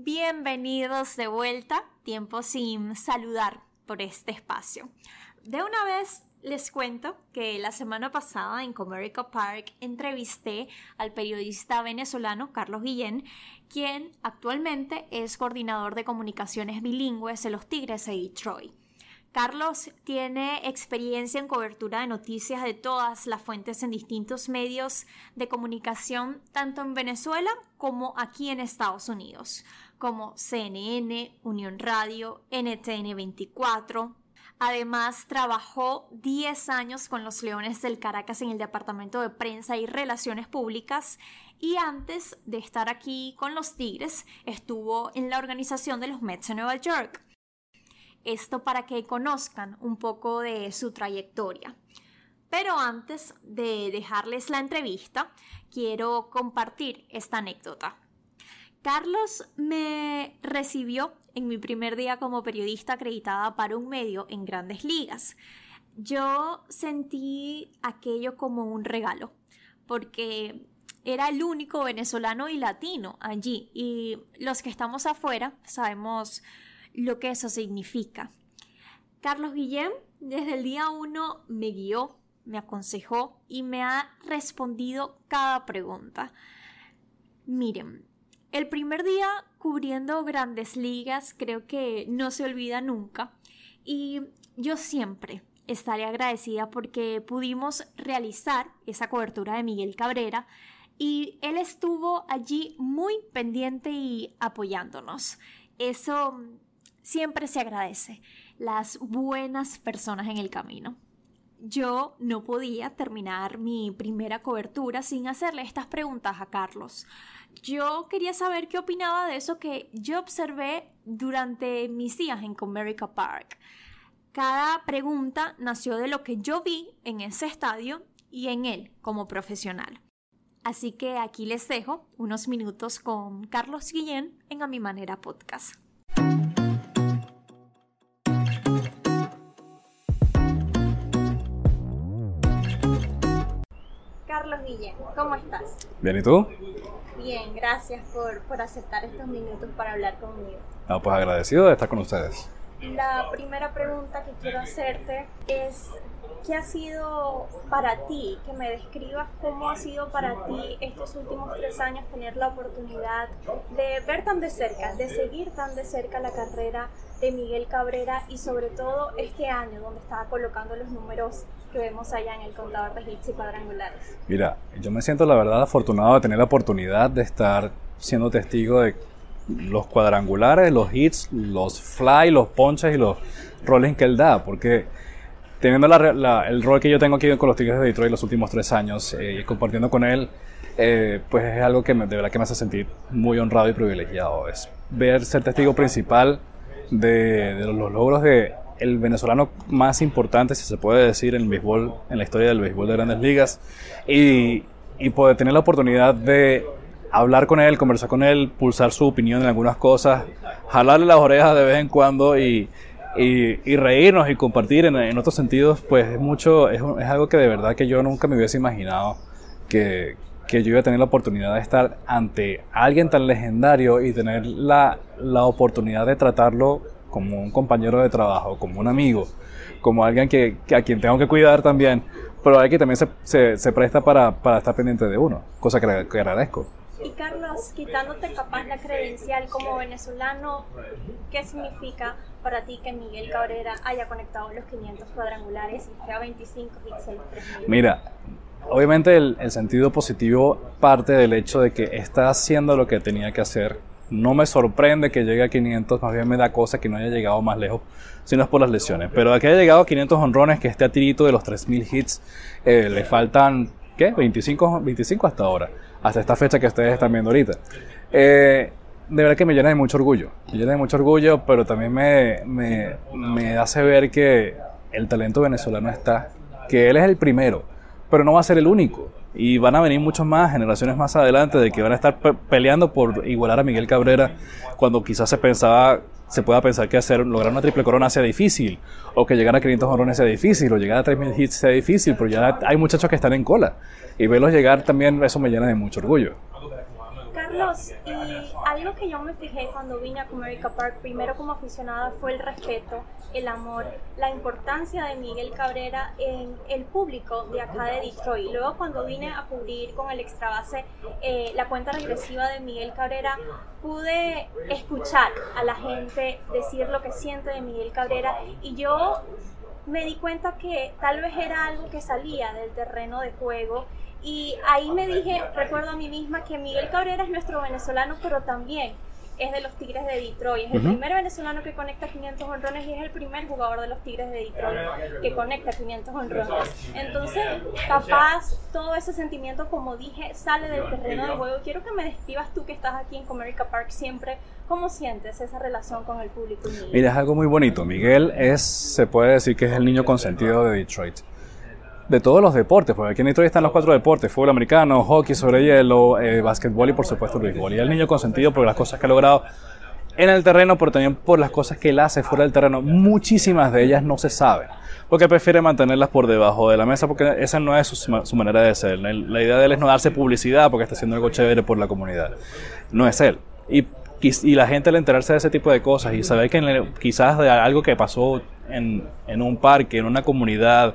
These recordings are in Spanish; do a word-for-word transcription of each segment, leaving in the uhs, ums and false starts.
Bienvenidos de vuelta, tiempo sin saludar por este espacio. De una vez les cuento que la semana pasada en Comerica Park entrevisté al periodista venezolano Carlos Guillén, quien actualmente es coordinador de comunicaciones bilingües de los Tigres de Detroit. Carlos tiene experiencia en cobertura de noticias de todas las fuentes en distintos medios de comunicación, tanto en Venezuela como aquí en Estados Unidos, como C N N, Unión Radio, N T N veinticuatro. Además, trabajó diez años con los Leones del Caracas en el Departamento de Prensa y Relaciones Públicas y antes de estar aquí con los Tigres, estuvo en la organización de los Mets de Nueva York. Esto para que conozcan un poco de su trayectoria. Pero antes de dejarles la entrevista, quiero compartir esta anécdota. Carlos me recibió en mi primer día como periodista acreditada para un medio en Grandes Ligas. Yo sentí aquello como un regalo, porque era el único venezolano y latino allí, y los que estamos afuera sabemos lo que eso significa. Carlos Guillén desde el día uno me guió, me aconsejó y me ha respondido cada pregunta. Miren, el primer día cubriendo Grandes Ligas creo que no se olvida nunca y yo siempre estaré agradecida porque pudimos realizar esa cobertura de Miguel Cabrera y él estuvo allí muy pendiente y apoyándonos. Eso siempre se agradece, las buenas personas en el camino. Yo no podía terminar mi primera cobertura sin hacerle estas preguntas a Carlos. Yo quería saber qué opinaba de eso que yo observé durante mis días en Comerica Park. Cada pregunta nació de lo que yo vi en ese estadio y en él como profesional. Así que aquí les dejo unos minutos con Carlos Guillén en A Mi Manera Podcast. Carlos Guillén, ¿cómo estás? Bien, ¿y tú? Bien, gracias por, por aceptar estos minutos para hablar conmigo. No, pues agradecido de estar con ustedes. La primera pregunta que quiero hacerte es, ¿qué ha sido para ti? Que me describas cómo ha sido para ti estos últimos tres años tener la oportunidad de ver tan de cerca, de seguir tan de cerca la carrera de Miguel Cabrera y sobre todo este año donde estaba colocando los números que vemos allá en el contador de hits y cuadrangulares. Mira, yo me siento la verdad afortunado de tener la oportunidad de estar siendo testigo de los cuadrangulares, los hits, los fly, los ponches y los roles que él da, porque teniendo la, la, el rol que yo tengo aquí con los Tigres de Detroit los últimos tres años y eh, compartiendo con él, eh, pues es algo que me, de verdad que me hace sentir muy honrado y privilegiado. Es ver, ser testigo principal de, de los, los logros de el venezolano más importante, si se puede decir, en el béisbol, en la historia del béisbol de Grandes Ligas, y, y poder tener la oportunidad de hablar con él, conversar con él, pulsar su opinión en algunas cosas, jalarle las orejas de vez en cuando y, y, y reírnos y compartir en, en otros sentidos, pues es mucho, es, es algo que de verdad que yo nunca me hubiese imaginado que, que yo iba a tener la oportunidad de estar ante alguien tan legendario y tener la, la oportunidad de tratarlo como un compañero de trabajo, como un amigo, como alguien que, que a quien tengo que cuidar también, pero alguien que también se, se, se presta para, para estar pendiente de uno, cosa que, que agradezco. Y Carlos, quitándote capaz la credencial como venezolano, ¿qué significa para ti que Miguel Cabrera haya conectado los quinientos cuadrangulares y esté a veinticinco hits en los tres mil? Mira, obviamente el, el sentido positivo parte del hecho de que está haciendo lo que tenía que hacer. No me sorprende que llegue a quinientos, más bien me da cosa que no haya llegado más lejos, si no es por las lesiones. Pero de que haya llegado a quinientos honrones, que esté a tirito de los tres mil hits, eh, le faltan, ¿qué? veinticinco, veinticinco hasta ahora, hasta esta fecha que ustedes están viendo ahorita. Eh, de verdad que me llena de mucho orgullo, me llena de mucho orgullo, pero también me, me, me hace ver que el talento venezolano está, que él es el primero, pero no va a ser el único. Y van a venir muchos más, generaciones más adelante, de que van a estar pe- peleando por igualar a Miguel Cabrera, cuando quizás se pensaba, se pueda pensar que hacer, lograr una triple corona sea difícil, o que llegar a quinientos honrones sea difícil, o llegar a tres mil hits sea difícil, pero ya hay muchachos que están en cola, y verlos llegar también, eso me llena de mucho orgullo. Carlos, Carlos, y algo que yo me fijé cuando vine a Comerica Park, primero como aficionada, fue el respeto, el amor, la importancia de Miguel Cabrera en el público de acá de Detroit. Luego cuando vine a cubrir con el Extra Base eh, la cuenta regresiva de Miguel Cabrera, pude escuchar a la gente decir lo que siente de Miguel Cabrera, y yo me di cuenta que tal vez era algo que salía del terreno de juego. Y ahí me dije, recuerdo a mí misma, que Miguel Cabrera es nuestro venezolano, pero también es de los Tigres de Detroit. Es el uh-huh. primer venezolano que conecta quinientos honrones y es el primer jugador de los Tigres de Detroit que conecta quinientos honrones. Entonces, capaz, todo ese sentimiento, como dije, sale del terreno de juego. Quiero que me describas tú, que estás aquí en Comerica Park siempre, ¿cómo sientes esa relación con el público? Mira, es algo muy bonito. Miguel es, se puede decir que es el niño consentido de Detroit. De todos los deportes, porque aquí en Detroit están los cuatro deportes: fútbol americano, hockey sobre hielo, eh, básquetbol y por supuesto el béisbol. Y el niño consentido por las cosas que ha logrado en el terreno, pero también por las cosas que él hace fuera del terreno. Muchísimas de ellas no se saben, porque prefiere mantenerlas por debajo de la mesa, porque esa no es su, su manera de ser. La idea de él es no darse publicidad porque está haciendo algo chévere por la comunidad. No es él. Y, y la gente, al enterarse de ese tipo de cosas y saber que quizás de algo que pasó en, en un parque, en una comunidad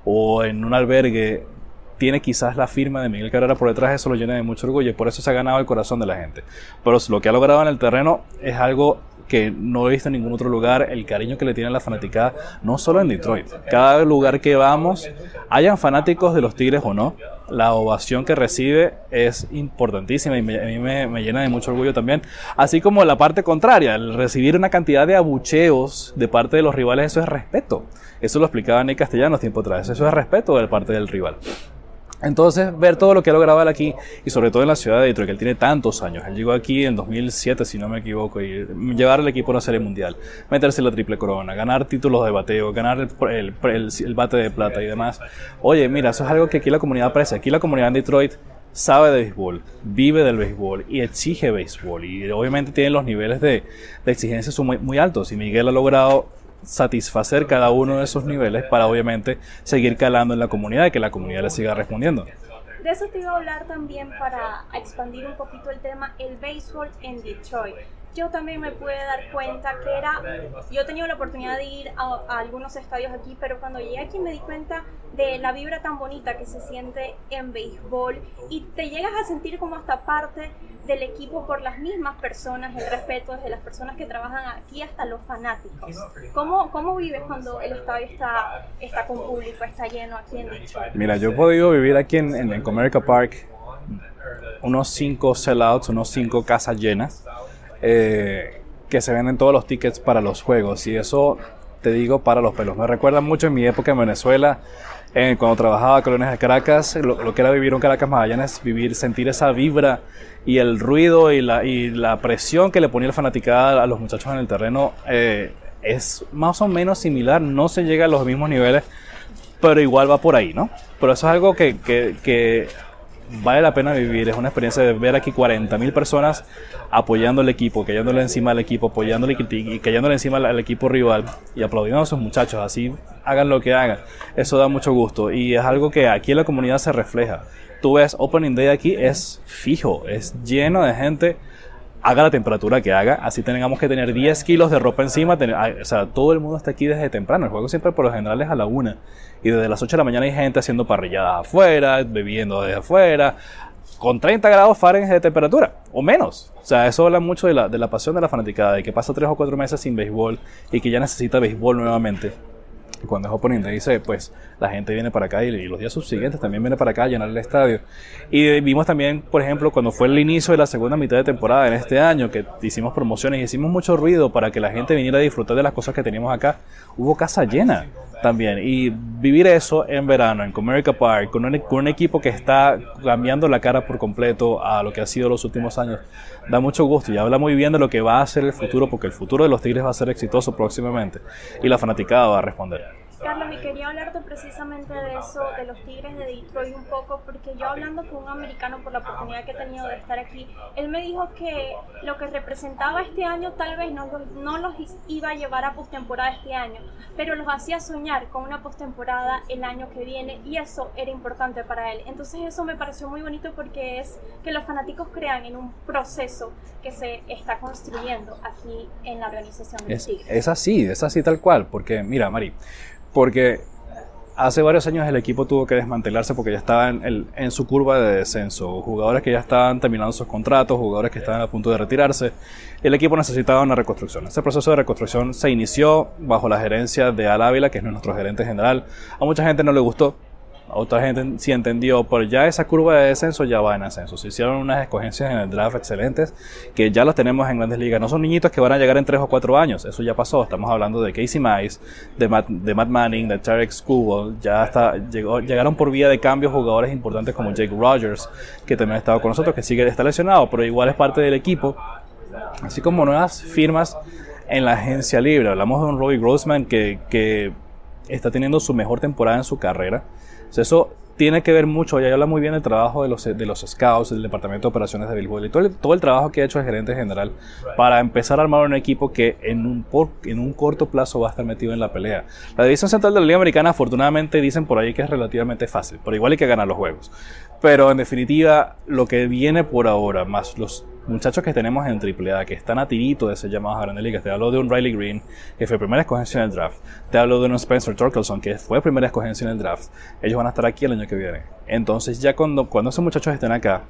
o en un albergue, tiene quizás la firma de Miguel Cabrera por detrás, eso lo llena de mucho orgullo y por eso se ha ganado el corazón de la gente. Pero lo que ha logrado en el terreno es algo que no he visto en ningún otro lugar, el cariño que le tiene la fanaticada, no solo en Detroit. Cada lugar que vamos, hayan fanáticos de los Tigres o no, la ovación que recibe es importantísima y me, a mí me, me llena de mucho orgullo también. Así como la parte contraria, el recibir una cantidad de abucheos de parte de los rivales, eso es respeto. Eso lo explicaba Nick Castellanos tiempo atrás, eso es respeto de parte del rival. Entonces, ver todo lo que ha logrado él aquí, y sobre todo en la ciudad de Detroit, que él tiene tantos años. Él llegó aquí en dos mil siete, si no me equivoco, y llevar al equipo a una serie mundial, meterse en la triple corona, ganar títulos de bateo, ganar el, el, el, el bate de plata y demás. Oye, mira, eso es algo que aquí la comunidad aprecia. Aquí la comunidad en Detroit sabe de béisbol, vive del béisbol y exige béisbol. Y obviamente tiene los niveles de, de exigencia son muy, muy altos. Y Miguel ha logrado satisfacer cada uno de esos niveles para obviamente seguir calando en la comunidad y que la comunidad le siga respondiendo. De eso te iba a hablar también, para expandir un poquito el tema, el béisbol en Detroit. Yo también me pude dar cuenta que era, yo he tenido la oportunidad de ir a, a algunos estadios aquí, pero cuando llegué aquí me di cuenta de la vibra tan bonita que se siente en béisbol, y te llegas a sentir como hasta parte del equipo por las mismas personas, el respeto desde las personas que trabajan aquí hasta los fanáticos. ¿Cómo, cómo vives cuando el estadio está, está con público, está lleno aquí en Detroit? Mira, yo he podido vivir aquí en, en, en Comerica Park unos cinco sellouts, unos cinco casas llenas. Eh, que se venden todos los tickets para los juegos, y eso te digo, para los pelos. Me recuerda mucho en mi época en Venezuela, eh, cuando trabajaba en Colonias de Caracas, lo, lo que era vivir un Caracas Magallanes, vivir, sentir esa vibra y el ruido y la, y la presión que le ponía el fanaticada a los muchachos en el terreno. Eh, es más o menos similar, no se llega a los mismos niveles, pero igual va por ahí, ¿no? Pero eso es algo que, que, que vale la pena vivir. Es una experiencia de ver aquí cuarenta mil personas apoyando al equipo, cayéndole encima al equipo, apoyándole y cayéndole encima al, al equipo rival y aplaudiendo a sus muchachos, así hagan lo que hagan. Eso da mucho gusto y es algo que aquí en la comunidad se refleja. Tú ves Opening Day aquí, es fijo, es lleno de gente, haga la temperatura que haga, así tengamos que tener diez kilos de ropa encima, ten, o sea, todo el mundo está aquí desde temprano. El juego siempre por lo general es a la una, y desde las ocho de la mañana hay gente haciendo parrilladas afuera, bebiendo desde afuera, con treinta grados Fahrenheit de temperatura, o menos. O sea, eso habla mucho de la, de la pasión de la fanaticada, de que pasa tres o cuatro meses sin béisbol y que ya necesita béisbol nuevamente. Y cuando es Opening Day, dice, pues la gente viene para acá, y, y los días subsiguientes también viene para acá a llenar el estadio. Y vimos también, por ejemplo, cuando fue el inicio de la segunda mitad de temporada en este año, que hicimos promociones y hicimos mucho ruido para que la gente viniera a disfrutar de las cosas que teníamos acá, hubo casa llena también. Y vivir eso en verano, en Comerica Park, con un, con un equipo que está cambiando la cara por completo a lo que ha sido los últimos años, da mucho gusto y habla muy bien de lo que va a ser el futuro, porque el futuro de los Tigres va a ser exitoso próximamente y la fanaticada va a responder. Carlos, y quería hablarte precisamente de eso, de los Tigres de Detroit un poco, porque yo hablando con un americano por la oportunidad que he tenido de estar aquí, él me dijo que lo que representaba este año tal vez no los, no los iba a llevar a postemporada este año, pero los hacía soñar con una postemporada el año que viene, y eso era importante para él. Entonces eso me pareció muy bonito, porque es que los fanáticos crean en un proceso que se está construyendo aquí en la organización de los Tigres. Es así, es así tal cual, porque mira, Mari, porque hace varios años el equipo tuvo que desmantelarse porque ya estaba en, el, en su curva de descenso, jugadores que ya estaban terminando sus contratos, jugadores que estaban a punto de retirarse, y el equipo necesitaba una reconstrucción. Ese proceso de reconstrucción se inició bajo la gerencia de Al Ávila, que es nuestro gerente general. A mucha gente no le gustó, a otra gente sí entendió, pero ya esa curva de descenso ya va en ascenso. Se hicieron unas escogencias en el draft excelentes, que ya las tenemos en Grandes Ligas. No son niñitos que van a llegar en tres o cuatro años, eso ya pasó. Estamos hablando de Casey Mize, de Matt, de Matt Manning, de Tarek Skubal. Ya hasta llegó, llegaron por vía de cambio jugadores importantes como Jake Rogers, que también ha estado con nosotros, que sigue está lesionado, pero igual es parte del equipo. Así como nuevas firmas en la agencia libre. Hablamos de un Robbie Grossman que, que está teniendo su mejor temporada en su carrera. Eso tiene que ver mucho, ya habla muy bien del trabajo de los, de los scouts, del departamento de operaciones de béisbol y todo el, todo el trabajo que ha hecho el gerente general para empezar a armar un equipo que en un, por, en un corto plazo va a estar metido en la pelea. La división central de la Liga Americana, afortunadamente, dicen por ahí que es relativamente fácil, pero igual hay que ganar los juegos. Pero en definitiva, lo que viene por ahora, más los muchachos que tenemos en triple A, que están a tirito de ser llamados a Grandes Ligas. Te hablo de un Riley Green, que fue primera escogencia en el draft. Te hablo de un Spencer Torkelson, que fue primera escogencia en el draft. Ellos van a estar aquí el año que viene. Entonces ya cuando, cuando esos muchachos estén acá,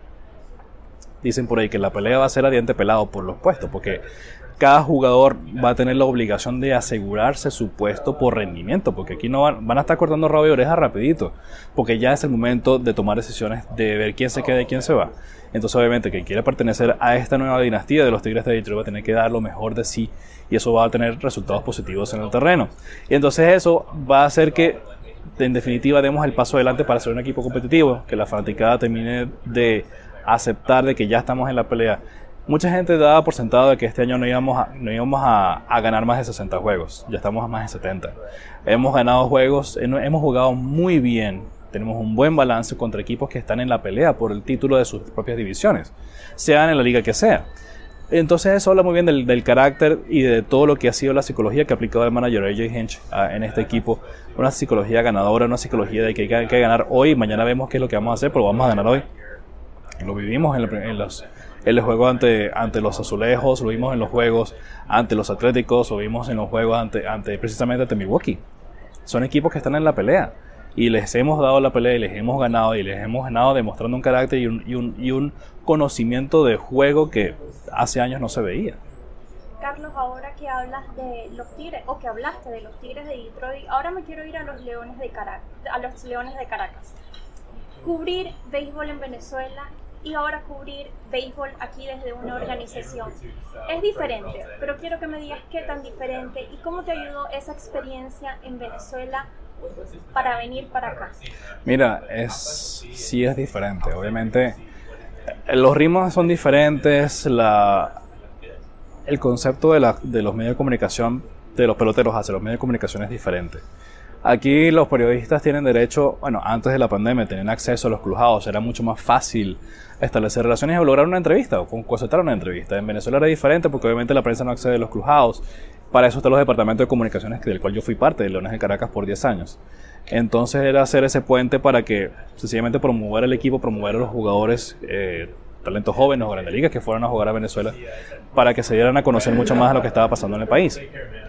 dicen por ahí que la pelea va a ser a diente pelado por los puestos, porque cada jugador va a tener la obligación de asegurarse su puesto por rendimiento, porque aquí no van, van a estar cortando rabo y oreja rapidito, porque ya es el momento de tomar decisiones, de ver quién se queda y quién se va. Entonces obviamente quien quiere pertenecer a esta nueva dinastía de los Tigres de Detroit va a tener que dar lo mejor de sí, y eso va a tener resultados positivos en el terreno. Y entonces eso va a hacer que en definitiva demos el paso adelante para ser un equipo competitivo, que la fanaticada termine de aceptar de que ya estamos en la pelea. Mucha gente daba por sentado de que este año no íbamos a, no íbamos a, a ganar más de sesenta juegos. Ya estamos a más de setenta. Hemos ganado juegos, hemos jugado muy bien. Tenemos un buen balance contra equipos que están en la pelea por el título de sus propias divisiones, sean en la liga que sea. Entonces eso habla muy bien del, del carácter y de todo lo que ha sido la psicología que ha aplicado el manager A J Hinch uh, en este equipo. Una psicología ganadora, una psicología de que hay que ganar hoy. Mañana vemos qué es lo que vamos a hacer, pero vamos a ganar hoy. Lo vivimos en, la, en los... en los juegos ante, ante los Azulejos, lo vimos en los juegos ante los Atléticos, lo vimos en los juegos ante, ante precisamente ante Milwaukee. Son equipos que están en la pelea y les hemos dado la pelea y les hemos ganado y les hemos ganado demostrando un carácter y un, y un, y un conocimiento de juego que hace años no se veía. Carlos, ahora que hablas de los Tigres, o que hablaste de los Tigres de Detroit, ahora me quiero ir a los Leones de Caracas, a los Leones de Caracas. Cubrir béisbol en Venezuela y ahora cubrir béisbol aquí desde una organización es diferente, pero quiero que me digas qué tan diferente y cómo te ayudó esa experiencia en Venezuela para venir para acá. Mira, es sí es diferente, obviamente los ritmos son diferentes, la, el concepto de, la, de los medios de comunicación de los peloteros hacia los medios de comunicación es diferente. Aquí los periodistas tienen derecho, bueno, antes de la pandemia tenían acceso a los clubhouse, era mucho más fácil establecer relaciones y lograr una entrevista o concertar una entrevista. En Venezuela era diferente porque obviamente la prensa no accede a los clubhouse. Para eso están los departamentos de comunicaciones del cual yo fui parte, de Leones de Caracas por diez años. Entonces era hacer ese puente para que sencillamente promover el equipo, promover a los jugadores, eh, talentos jóvenes o grandes ligas que fueran a jugar a Venezuela para que se dieran a conocer mucho más de lo que estaba pasando en el país.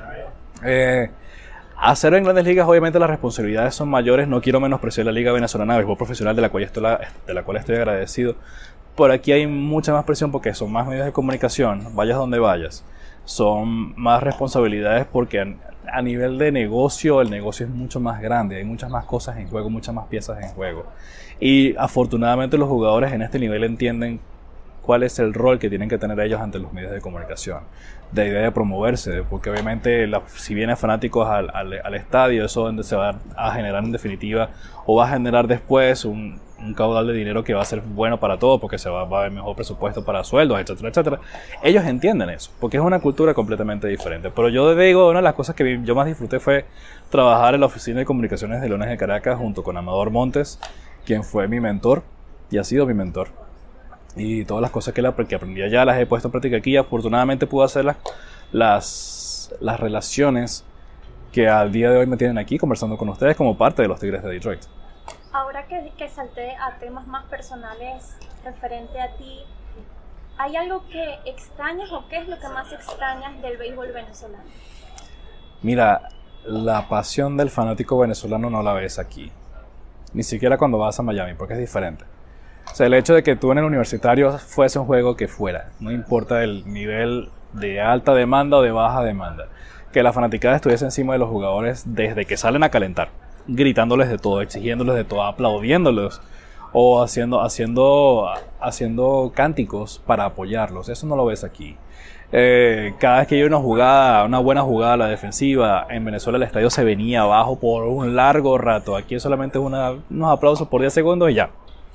Eh... Hacer en Grandes Ligas, obviamente las responsabilidades son mayores. No quiero menospreciar la Liga Venezolana de Béisbol Profesional, de la cual estoy, de la cual estoy agradecido. Por aquí hay mucha más presión porque son más medios de comunicación, vayas donde vayas. Son más responsabilidades porque a, a nivel de negocio, el negocio es mucho más grande. Hay muchas más cosas en juego, muchas más piezas en juego. Y afortunadamente los jugadores en este nivel entienden cuál es el rol que tienen que tener ellos ante los medios de comunicación, de idea de promoverse, porque obviamente la, si vienen fanáticos al, al, al estadio, eso donde se va a generar en definitiva, o va a generar después un, un caudal de dinero que va a ser bueno para todos, porque se va, va a haber mejor presupuesto para sueldos, etcétera, etcétera. Ellos entienden eso, porque es una cultura completamente diferente. Pero yo digo, una de las cosas que yo más disfruté fue trabajar en la oficina de comunicaciones de Leones de Caracas junto con Amador Montes, quien fue mi mentor y ha sido mi mentor. Y todas las cosas que, la, que aprendí allá las he puesto en práctica aquí. Afortunadamente pude hacer las, las, las relaciones que al día de hoy me tienen aquí conversando con ustedes como parte de los Tigres de Detroit. Ahora que, que salté a temas más personales referente a ti, ¿hay algo que extrañas o qué es lo que más extrañas del béisbol venezolano? Mira, la pasión del fanático venezolano no la ves aquí, ni siquiera cuando vas a Miami, porque es diferente. O sea, el hecho de que tú en el universitario fuese un juego que fuera, no importa el nivel de alta demanda o de baja demanda, que la fanaticada estuviese encima de los jugadores desde que salen a calentar, gritándoles de todo, exigiéndoles de todo, aplaudiéndoles o haciendo, haciendo, haciendo cánticos para apoyarlos. Eso no lo ves aquí. Eh, cada vez que hay una jugada, una buena jugada a la defensiva, en Venezuela el estadio se venía abajo por un largo rato. Aquí solamente es una, unos aplausos por diez segundos y ya.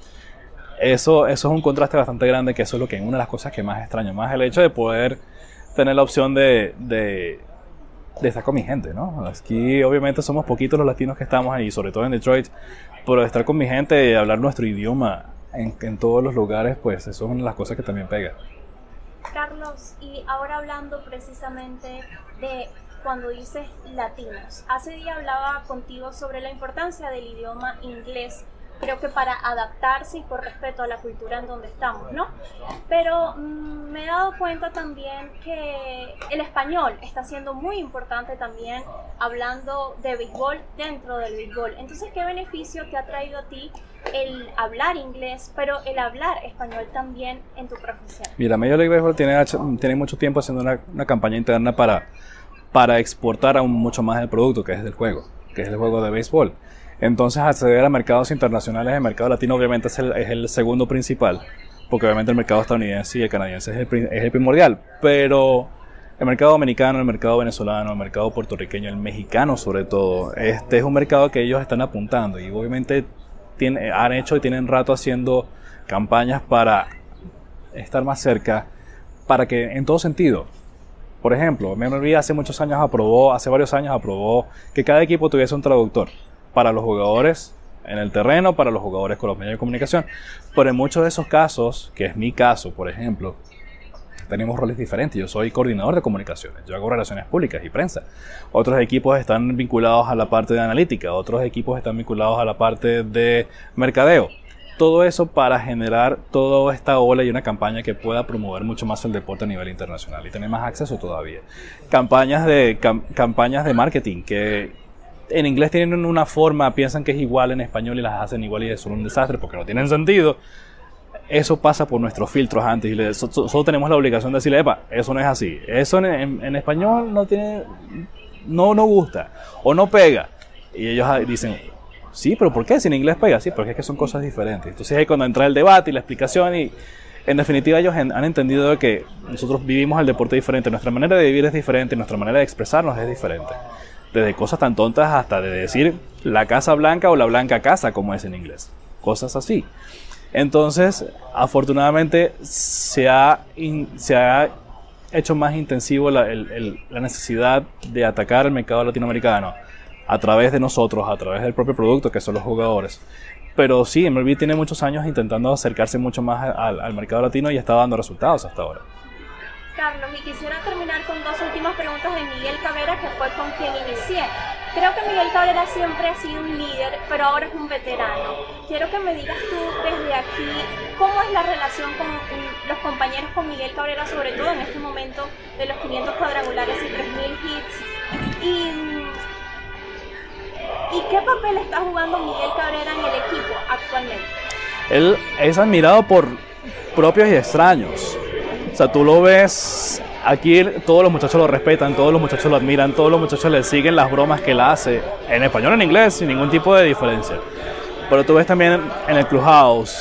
Eso, eso es un contraste bastante grande, que eso es lo que es una de las cosas que más extraño, más el hecho de poder tener la opción de, de, de estar con mi gente, ¿no? Aquí obviamente somos poquitos los latinos que estamos ahí, sobre todo en Detroit, pero de estar con mi gente y hablar nuestro idioma en, en todos los lugares, pues eso es una de las cosas que también pega. Carlos, y ahora hablando precisamente de cuando dices latinos, hace día hablaba contigo sobre la importancia del idioma inglés, creo que para adaptarse y por respeto a la cultura en donde estamos, ¿no? Pero mmm, me he dado cuenta también que el español está siendo muy importante también hablando de béisbol dentro del béisbol. Entonces, ¿qué beneficio te ha traído a ti el hablar inglés, pero el hablar español también en tu profesión? Mira, Major League Baseball tiene, tiene mucho tiempo haciendo una, una campaña interna para, para exportar aún mucho más el producto, que es el juego, que es el juego de béisbol. Entonces, acceder a mercados internacionales, el mercado latino obviamente es el, es el segundo principal, porque obviamente el mercado estadounidense y el canadiense es el, es el primordial, pero el mercado dominicano, el mercado venezolano, el mercado puertorriqueño, el mexicano sobre todo, este es un mercado que ellos están apuntando y obviamente tiene, han hecho y tienen rato haciendo campañas para estar más cerca, para que en todo sentido. Por ejemplo, M L B hace muchos años aprobó, hace varios años aprobó que cada equipo tuviese un traductor para los jugadores en el terreno, para los jugadores con los medios de comunicación. Pero en muchos de esos casos, que es mi caso, por ejemplo, tenemos roles diferentes. Yo soy coordinador de comunicaciones, yo hago relaciones públicas y prensa. Otros equipos están vinculados a la parte de analítica, otros equipos están vinculados a la parte de mercadeo. Todo eso para generar toda esta ola y una campaña que pueda promover mucho más el deporte a nivel internacional y tener más acceso todavía. Campañas de, cam, campañas de marketing que en inglés tienen una forma, piensan que es igual en español y las hacen igual y son un desastre porque no tienen sentido. Eso pasa por nuestros filtros antes y le, so, so, solo tenemos la obligación de decirle, epa, eso no es así. Eso en, en, en español no tiene, no, no gusta o no pega. Y ellos dicen, sí, pero ¿por qué? Si en inglés pega, sí, porque es que son cosas diferentes. Entonces ahí cuando entra el debate y la explicación y en definitiva ellos han entendido que nosotros vivimos el deporte diferente, nuestra manera de vivir es diferente, nuestra manera de expresarnos es diferente. Desde cosas tan tontas hasta de decir la casa blanca o la blanca casa, como es en inglés. Cosas así. Entonces, afortunadamente, se ha, in, se ha hecho más intensivo la, el, el, la necesidad de atacar el mercado latinoamericano a través de nosotros, a través del propio producto, que son los jugadores. Pero sí, M L B tiene muchos años intentando acercarse mucho más al, al mercado latino y está dando resultados hasta ahora. Carlos, y quisiera terminar con dos últimas preguntas de Miguel Cabrera, que fue con quien inicié. Creo que Miguel Cabrera siempre ha sido un líder, pero ahora es un veterano. Quiero que me digas tú desde aquí cómo es la relación con los compañeros con Miguel Cabrera, sobre todo en este momento de los quinientos cuadrangulares y tres mil hits. Y, ¿Y qué papel está jugando Miguel Cabrera en el equipo actualmente? Él es admirado por propios y extraños. O sea, tú lo ves, aquí todos los muchachos lo respetan, todos los muchachos lo admiran, todos los muchachos le siguen las bromas que él hace, en español o en inglés, sin ningún tipo de diferencia. Pero tú ves también en el clubhouse,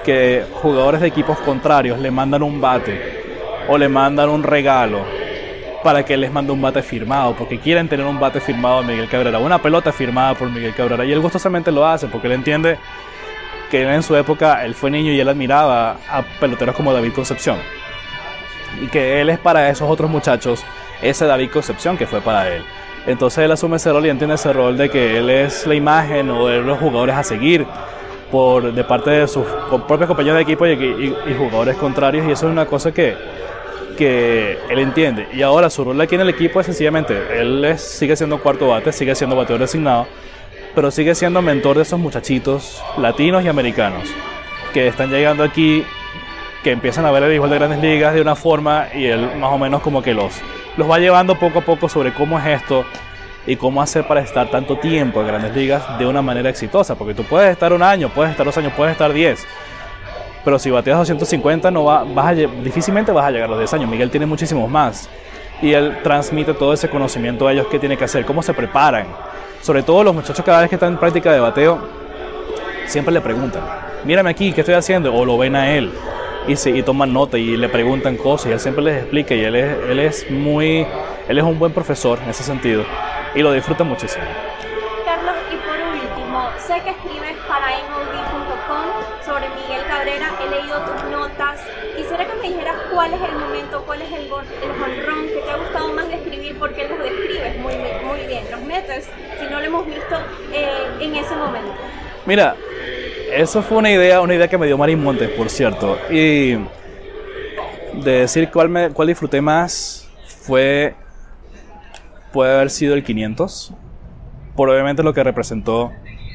que jugadores de equipos contrarios le mandan un bate o le mandan un regalo para que les mande un bate firmado, porque quieren tener un bate firmado de Miguel Cabrera, una pelota firmada por Miguel Cabrera, y él gustosamente lo hace porque él entiende que él en su época, él fue niño y él admiraba a peloteros como David Concepción, y que él es para esos otros muchachos ese David Concepción que fue para él. Entonces él asume ese rol y entiende ese rol de que él es la imagen o de los jugadores a seguir por, de parte de sus propios compañeros de equipo y, y, y jugadores contrarios, y eso es una cosa que, que él entiende. Y ahora su rol aquí en el equipo es sencillamente, él es, sigue siendo cuarto bate, sigue siendo bateador designado, pero sigue siendo mentor de esos muchachitos latinos y americanos que están llegando aquí, que empiezan a ver el béisbol de Grandes Ligas de una forma, y él más o menos como que los, los va llevando poco a poco sobre cómo es esto y cómo hacer para estar tanto tiempo en Grandes Ligas de una manera exitosa, porque tú puedes estar un año, puedes estar dos años, puedes estar diez, pero si bateas doscientos cincuenta no va, vas a, difícilmente vas a llegar a los diez años. Miguel tiene muchísimos más y él transmite todo ese conocimiento a ellos, qué tiene que hacer, cómo se preparan. Sobre todo los muchachos, cada vez que están en práctica de bateo, siempre le preguntan, mírame aquí, ¿qué estoy haciendo? O lo ven a él y, se, y toman nota y le preguntan cosas y él siempre les explica, y él es, él es muy, él es un buen profesor en ese sentido y lo disfruta muchísimo. Carlos, y por último, sé que escribes para M L B punto com sobre Miguel Cabrera, he leído tus notas. Quisiera que me dijeras cuál es el momento, cuál es el, el jonrón que te ha gustado más de escribir, porque los describes muy, muy bien, los metes, si no lo hemos visto eh, en ese momento. Mira, eso fue una idea, una idea que me dio Mari Montes, por cierto, y de decir cuál, me, cuál disfruté más fue, puede haber sido el quinientos, por obviamente lo que representó,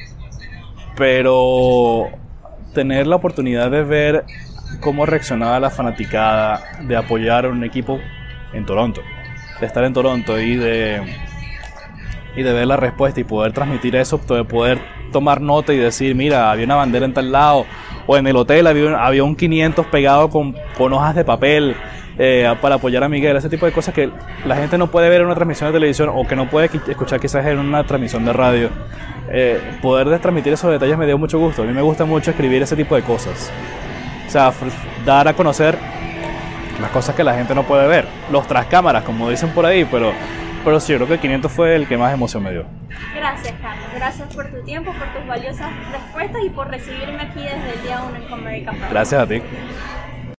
pero tener la oportunidad de ver cómo reaccionaba la fanaticada, de apoyar a un equipo en Toronto, de estar en Toronto y de, y de ver la respuesta y poder transmitir eso, de poder tomar nota y decir, mira, había una bandera en tal lado, o en el hotel había un, había un quinientos pegado con, con hojas de papel eh, para apoyar a Miguel, ese tipo de cosas que la gente no puede ver en una transmisión de televisión o que no puede escuchar quizás en una transmisión de radio. Eh, poder transmitir esos detalles me dio mucho gusto. A mí me gusta mucho escribir ese tipo de cosas, o sea, dar a conocer las cosas que la gente no puede ver, los tras cámaras, como dicen por ahí, pero Pero sí, yo creo que el quinientos fue el que más emoción me dio. Gracias, Carlos. Gracias por tu tiempo, por tus valiosas respuestas y por recibirme aquí desde el día uno en Comerica Park. Gracias a ti.